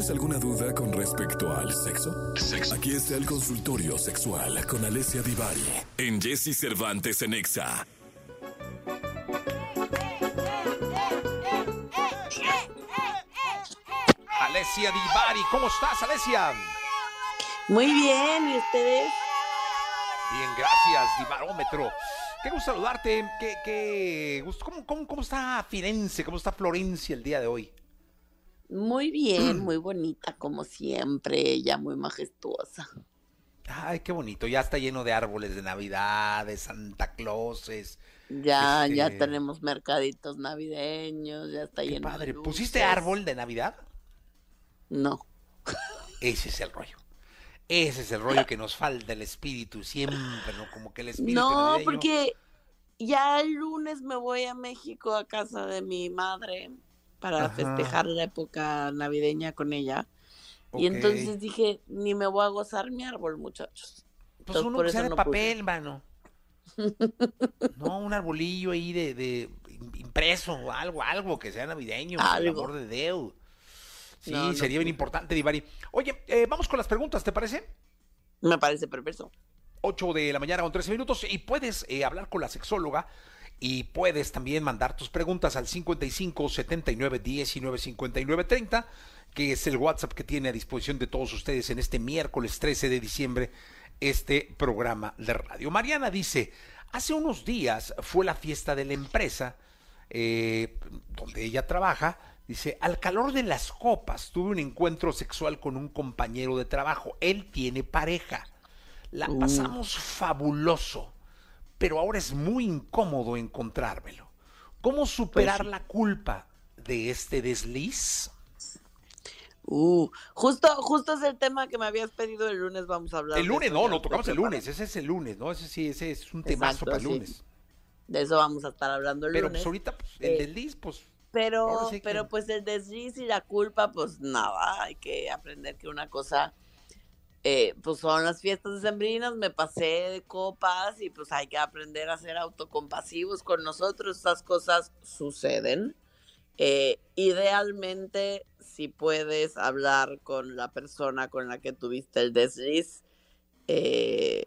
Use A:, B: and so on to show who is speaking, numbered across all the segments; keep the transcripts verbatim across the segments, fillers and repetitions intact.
A: ¿Tienes alguna duda con respecto al sexo? Sexo. Aquí está el consultorio sexual con Alessia Divari en Jessy Cervantes en Exa.
B: Alessia Divari, ¿cómo estás, Alessia?
C: Muy bien, ¿y ustedes?
B: Bien, gracias, Divarómetro. Qué gusto saludarte. Qué, qué gusto. ¿Cómo, cómo, ¿Cómo está Firenze? ¿Cómo está Florencia el día de hoy?
C: Muy bien, muy bonita, como siempre, ella muy majestuosa.
B: Ay, qué bonito. Ya está lleno de árboles de Navidad, de Santa Clauses.
C: Ya,
B: Este,
C: ya tenemos mercaditos navideños, ya está
B: Qué
C: lleno
B: padre.
C: de luces.
B: ¿Pusiste árbol de Navidad?
C: No.
B: Ese es el rollo. Ese es el rollo que nos falta, el espíritu siempre, ¿no? Como que el espíritu
C: No,
B: navideño.
C: porque ya el lunes me voy a México a casa de mi madre para
B: Ajá.
C: festejar la época navideña con ella.
B: Ok.
C: Y entonces dije, ni me voy a gozar mi árbol, muchachos.
B: Pues
C: Entonces,
B: uno
C: por
B: que
C: eso
B: sea de
C: no
B: papel, mano. No, un arbolillo ahí de, de impreso, algo, algo que sea navideño, por el
C: Algo.
B: amor de Dios. Sí,
C: No, no
B: sería bien
C: puse.
B: importante, Divari. Oye, eh, vamos con las preguntas, ¿te parece?
C: Me parece perverso.
B: ocho de la mañana con trece minutos y puedes eh, hablar con la sexóloga y puedes también mandar tus preguntas al cincuenta y cinco, setenta y nueve, diecinueve, cincuenta y nueve, treinta, que es el WhatsApp que tiene a disposición de todos ustedes en este miércoles trece de diciembre, este programa de radio. Mariana dice, hace unos días fue la fiesta de la empresa eh, donde ella trabaja. Dice, al calor de las copas tuve un encuentro sexual con un compañero de trabajo. Él tiene pareja. La
C: Uh.
B: pasamos fabuloso, pero ahora es muy incómodo encontrármelo. ¿Cómo superar
C: Pues sí.
B: la culpa de este desliz?
C: Uh, justo, justo es el tema que me habías pedido el lunes, vamos a hablar.
B: El
C: de
B: lunes,
C: eso,
B: no,
C: ya
B: lo
C: estoy
B: tocamos el
C: preparada.
B: lunes, ese es el lunes, ¿no? Ese sí, ese es un temazo
C: Exacto,
B: para el
C: sí.
B: lunes.
C: De eso vamos a estar hablando el
B: Pero
C: lunes.
B: pues ahorita, pues, el
C: Eh,
B: desliz, pues,
C: Pero,
B: ahora sí que-
C: pero pues el desliz y la culpa, pues nada, hay que aprender que una cosa, eh, pues son las fiestas decembrinas, me pasé de copas y pues hay que aprender a ser autocompasivos con nosotros, esas cosas suceden. Eh, idealmente, si puedes hablar con la persona con la que tuviste el desliz, eh,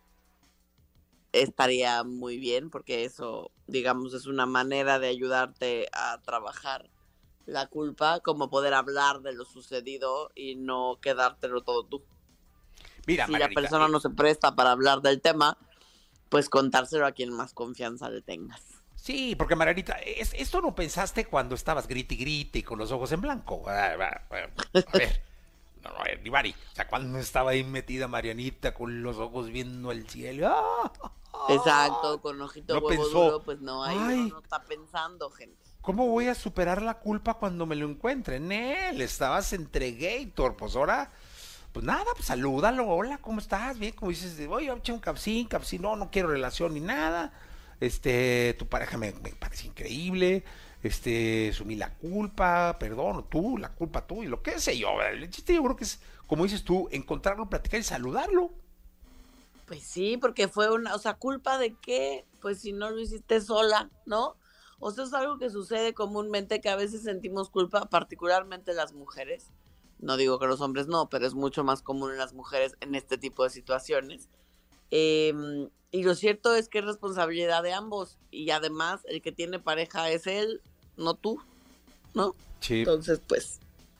C: estaría muy bien, porque eso, digamos, es una manera de ayudarte a trabajar la culpa, como poder hablar de lo sucedido y no quedártelo todo tú.
B: Mira,
C: Si
B: Margarita,
C: la persona
B: eh,
C: no se presta para hablar del tema, pues contárselo a quien más confianza le tengas.
B: sí, porque Margarita, es- esto no pensaste cuando estabas grite y grite y con los ojos en blanco. A, a- a- a ver, no, no, a ver, Divari, o sea, cuando estaba ahí metida Marianita con los ojos viendo el cielo. ¡ah!
C: Exacto, con ojito
B: No
C: huevo
B: pensó,
C: duro, pues no, ahí
B: "Ay,
C: uno no está pensando, gente.
B: ¿cómo voy a superar la culpa cuando me lo encuentre? Él estabas entre Gator, pues ahora, pues nada, pues salúdalo, hola, ¿cómo estás? Bien, como dices, oye, echa un capsín, capsín, no, no quiero relación ni nada, este, tu pareja me, me parece increíble, este, asumí la culpa, perdón, tú, la culpa tú, y lo que sé yo, el chiste yo creo que es, como dices tú, encontrarlo, platicar y saludarlo.
C: Pues sí, porque fue una, o sea, ¿culpa de qué? Pues si no lo hiciste sola, ¿no? O sea, es algo que sucede comúnmente, que a veces sentimos culpa, particularmente las mujeres. No digo que los hombres no, pero es mucho más común en las mujeres en este tipo de situaciones. Eh, y lo cierto es que es responsabilidad de ambos. Y además, el que tiene pareja es él, no tú, ¿no?
B: Sí.
C: Entonces, pues,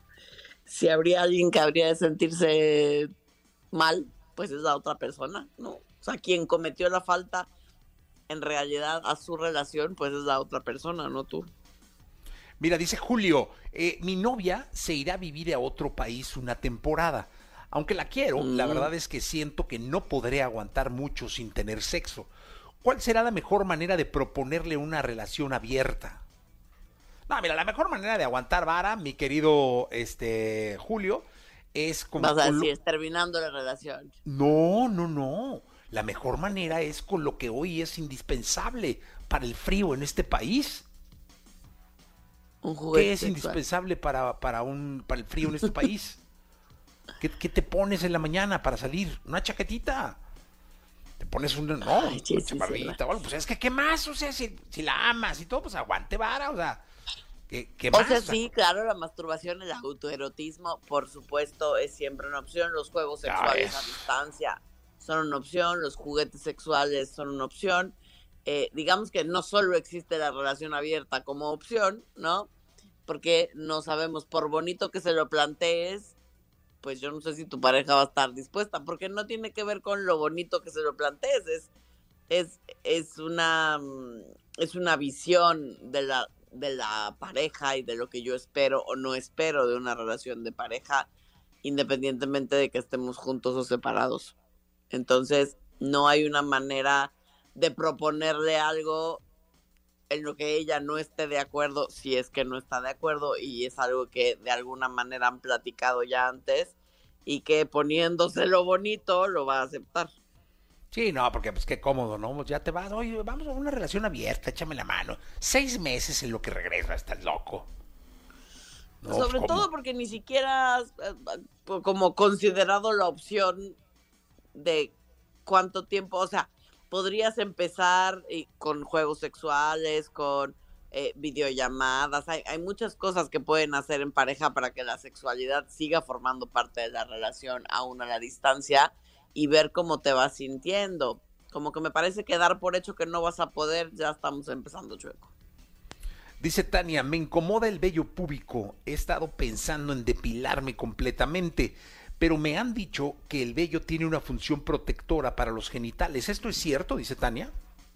C: si habría alguien que habría de sentirse mal, pues es la otra persona, ¿no? O sea, quien cometió la falta en realidad a su relación, pues es la otra persona, no tú.
B: Mira, dice Julio, eh, mi novia se irá a vivir a otro país una temporada. Aunque la quiero,
C: Mm.
B: la verdad es que siento que no podré aguantar mucho sin tener sexo. ¿Cuál será la mejor manera de proponerle una relación abierta? No, mira, la mejor manera de aguantar vara, mi querido este Julio, es como...
C: Vas a
B: con lo-
C: decir, terminando la relación.
B: No, no, no. La mejor manera es con lo que hoy es indispensable para el frío en este país.
C: Un juguete
B: ¿Qué es
C: sexual.
B: indispensable para, para, un, para el frío en este país? ¿Qué, ¿Qué te pones en la mañana para salir? Una chaquetita. Te pones un, no,
C: Ay, sí,
B: una
C: sí,
B: chamarrita
C: sí,
B: o algo. Pues es que, ¿qué más? O sea, si, si la amas y todo, pues aguante vara, o sea, ¿Qué, qué
C: O
B: más?
C: sea, sí, claro, la masturbación, el autoerotismo, por supuesto, es siempre una opción. Los juegos sexuales
B: Ay.
C: a distancia son una opción, los juguetes sexuales son una opción. Eh, digamos que no solo existe la relación abierta como opción, ¿no? Porque no sabemos, por bonito que se lo plantees, pues yo no sé si tu pareja va a estar dispuesta, porque no tiene que ver con lo bonito que se lo plantees, es, es, es una es una visión de la, de la pareja y de lo que yo espero o no espero de una relación de pareja, independientemente de que estemos juntos o separados. Entonces, no hay una manera de proponerle algo en lo que ella no esté de acuerdo, si es que no está de acuerdo, y es algo que de alguna manera han platicado ya antes, y que poniéndose lo bonito lo va a aceptar.
B: Sí, no, porque pues qué cómodo, ¿no? Pues ya te vas, oye, vamos a una relación abierta, échame la mano. Seis meses en lo que regresa, estás loco.
C: No, Sobre pues, todo porque ni siquiera has eh, como considerado la opción de cuánto tiempo, o sea, podrías empezar eh, con juegos sexuales, con eh, videollamadas, hay, hay muchas cosas que pueden hacer en pareja para que la sexualidad siga formando parte de la relación aún a la distancia y ver cómo te vas sintiendo. Como que me parece que dar por hecho que no vas a poder, ya estamos empezando chueco.
B: Dice Tania, me incomoda el vello púbico, he estado pensando en depilarme completamente, pero me han dicho que el vello tiene una función protectora para los genitales. ¿Esto es cierto? Dice Tania.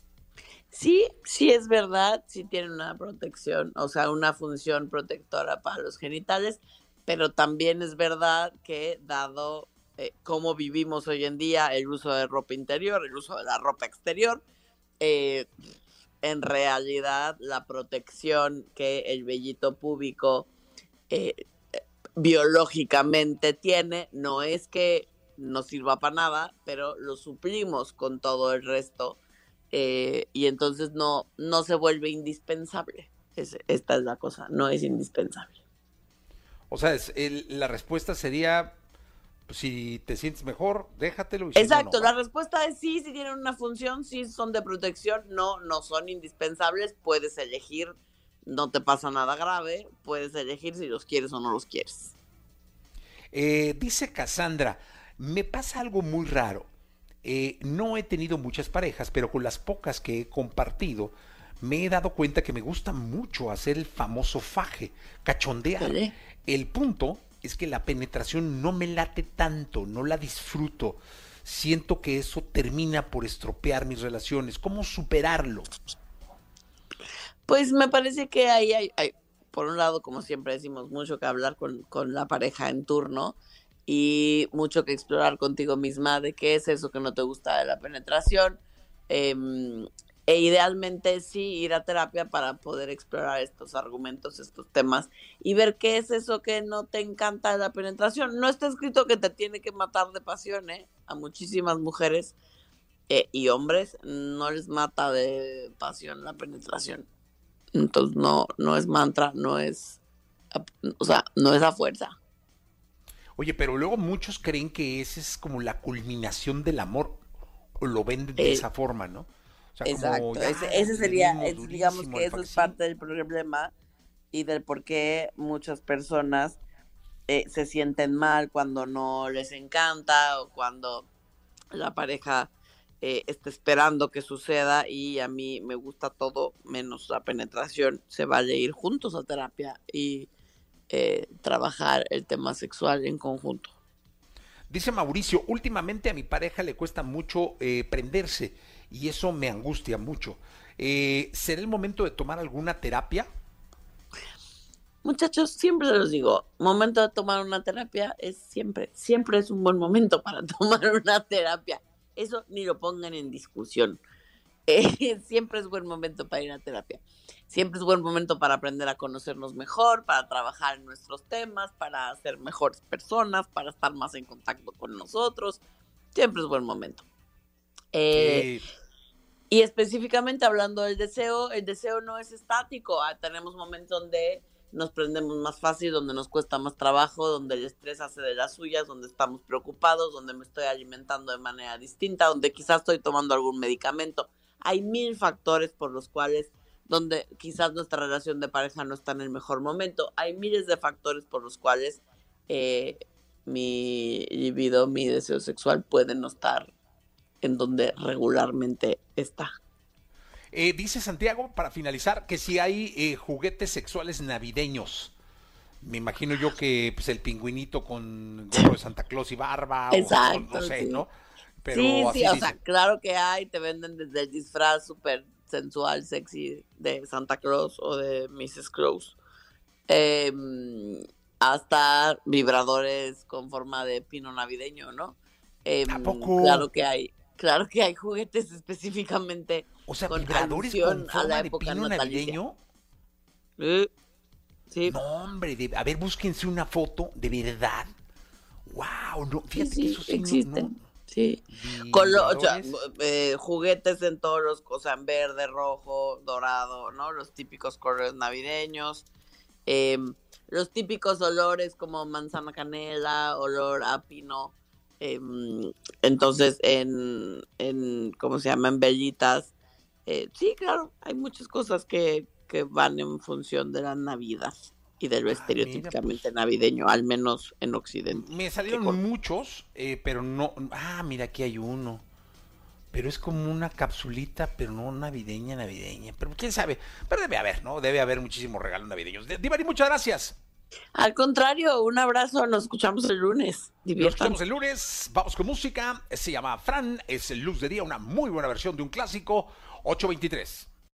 C: Sí, sí es verdad, sí tiene una protección, o sea, una función protectora para los genitales, pero también es verdad que dado eh, cómo vivimos hoy en día, el uso de ropa interior, el uso de la ropa exterior, eh, en realidad la protección que el vellito púbico eh, biológicamente tiene, no es que no sirva para nada, pero lo suplimos con todo el resto eh, y entonces no, no se vuelve indispensable. Es, esta es la cosa, no es indispensable.
B: O sea, es, el, la respuesta sería, pues, si te sientes mejor, déjatelo. Y si
C: Exacto,
B: no, no.
C: La respuesta es sí, si tienen una función, sí son de protección, no, no son indispensables, puedes elegir. No te pasa nada grave, puedes elegir si los quieres o no los quieres.
B: Eh, dice Cassandra, me pasa algo muy raro. Eh, no he tenido muchas parejas, pero con las pocas que he compartido, me he dado cuenta que me gusta mucho hacer el famoso faje, cachondear. ¿Vale? El punto es que la penetración no me late tanto, no la disfruto. Siento que eso termina por estropear mis relaciones. ¿Cómo superarlo?
C: Pues me parece que ahí hay, hay, por un lado, como siempre decimos, mucho que hablar con, con la pareja en turno y mucho que explorar contigo misma de qué es eso que no te gusta de la penetración. Eh, e idealmente sí ir a terapia para poder explorar estos argumentos, estos temas y ver qué es eso que no te encanta de la penetración. No está escrito que te tiene que matar de pasión, ¿eh? A muchísimas mujeres eh, y hombres no les mata de pasión la penetración. Entonces no, no es mantra, no es, o sea, no es a fuerza.
B: Oye, pero luego muchos creen que esa es como la culminación del amor, o lo ven de eh, esa forma, ¿no? O sea,
C: exacto, como, ya, ese, ese sería, es, digamos que eso es parte del problema y del por qué muchas personas eh, se sienten mal cuando no les encanta o cuando la pareja Eh, está esperando que suceda y a mí me gusta todo menos la penetración. Se vale ir juntos a terapia y eh, trabajar el tema sexual en conjunto.
B: Dice Mauricio, últimamente a mi pareja le cuesta mucho eh, prenderse y eso me angustia mucho. Eh, ¿Será el momento de tomar alguna terapia?
C: Muchachos, siempre les digo, momento de tomar una terapia es siempre, siempre es un buen momento para tomar una terapia. Eso ni lo pongan en discusión. Eh, siempre es buen momento para ir a terapia. Siempre es buen momento para aprender a conocernos mejor, para trabajar en nuestros temas, para ser mejores personas, para estar más en contacto con nosotros. Siempre es buen momento. Eh, sí. Y específicamente hablando del deseo, el deseo no es estático. Ah, tenemos momentos donde nos prendemos más fácil, donde nos cuesta más trabajo, donde el estrés hace de las suyas, donde estamos preocupados, donde me estoy alimentando de manera distinta, donde quizás estoy tomando algún medicamento. Hay mil factores por los cuales donde quizás nuestra relación de pareja no está en el mejor momento. Hay miles de factores por los cuales eh, mi libido, mi deseo sexual puede no estar en donde regularmente está.
B: Eh, dice Santiago, para finalizar, que si hay eh, juguetes sexuales navideños. Me imagino yo que pues, el pingüinito con gorro de Santa Claus y barba,
C: Exacto,
B: o no sé,
C: sí.
B: ¿no? Pero
C: sí,
B: así
C: sí, o
B: dice.
C: sea, claro que hay, te venden desde el disfraz súper sensual, sexy de Santa Claus o de missus Claus, eh, hasta vibradores con forma de pino navideño, ¿no? Eh,
B: ¿A poco?
C: Claro que hay, claro que hay juguetes específicamente
B: O sea,
C: con
B: vibradores
C: alusión
B: con
C: a
B: forma
C: la
B: de
C: época
B: pino
C: natalicia.
B: navideño.
C: Eh, sí.
B: No, hombre, de, a ver, búsquense una foto de verdad. Wow, no, fíjate
C: sí,
B: que
C: sí,
B: eso sí
C: existen.
B: no, no.
C: Sí, Colo- o sea,
B: Vibradores.
C: eh, juguetes en todos los, o sea, en verde, rojo, dorado, ¿no? Los típicos colores navideños, eh, los típicos olores como manzana canela, olor a pino, eh, entonces en, en, ¿cómo se llama? En velitas. Eh, sí, claro, hay muchas cosas que, que van en función de la Navidad y de lo
B: Ah,
C: estereotípicamente
B: mira, pues,
C: navideño, al menos en Occidente.
B: me
C: que
B: salieron
C: con-
B: muchos, eh, pero no. Ah, mira, aquí hay uno. Pero es como una capsulita, pero no navideña, navideña. Pero quién sabe. Pero debe haber, ¿no? Debe haber muchísimos regalos navideños. D- Divari, muchas gracias.
C: Al contrario, un abrazo, nos escuchamos el lunes.
B: Nos
C: Diviértanse.
B: escuchamos el lunes. Vamos con música. Se llama Fran. Es Luz de Día, una muy buena versión de un clásico. ocho veintitrés.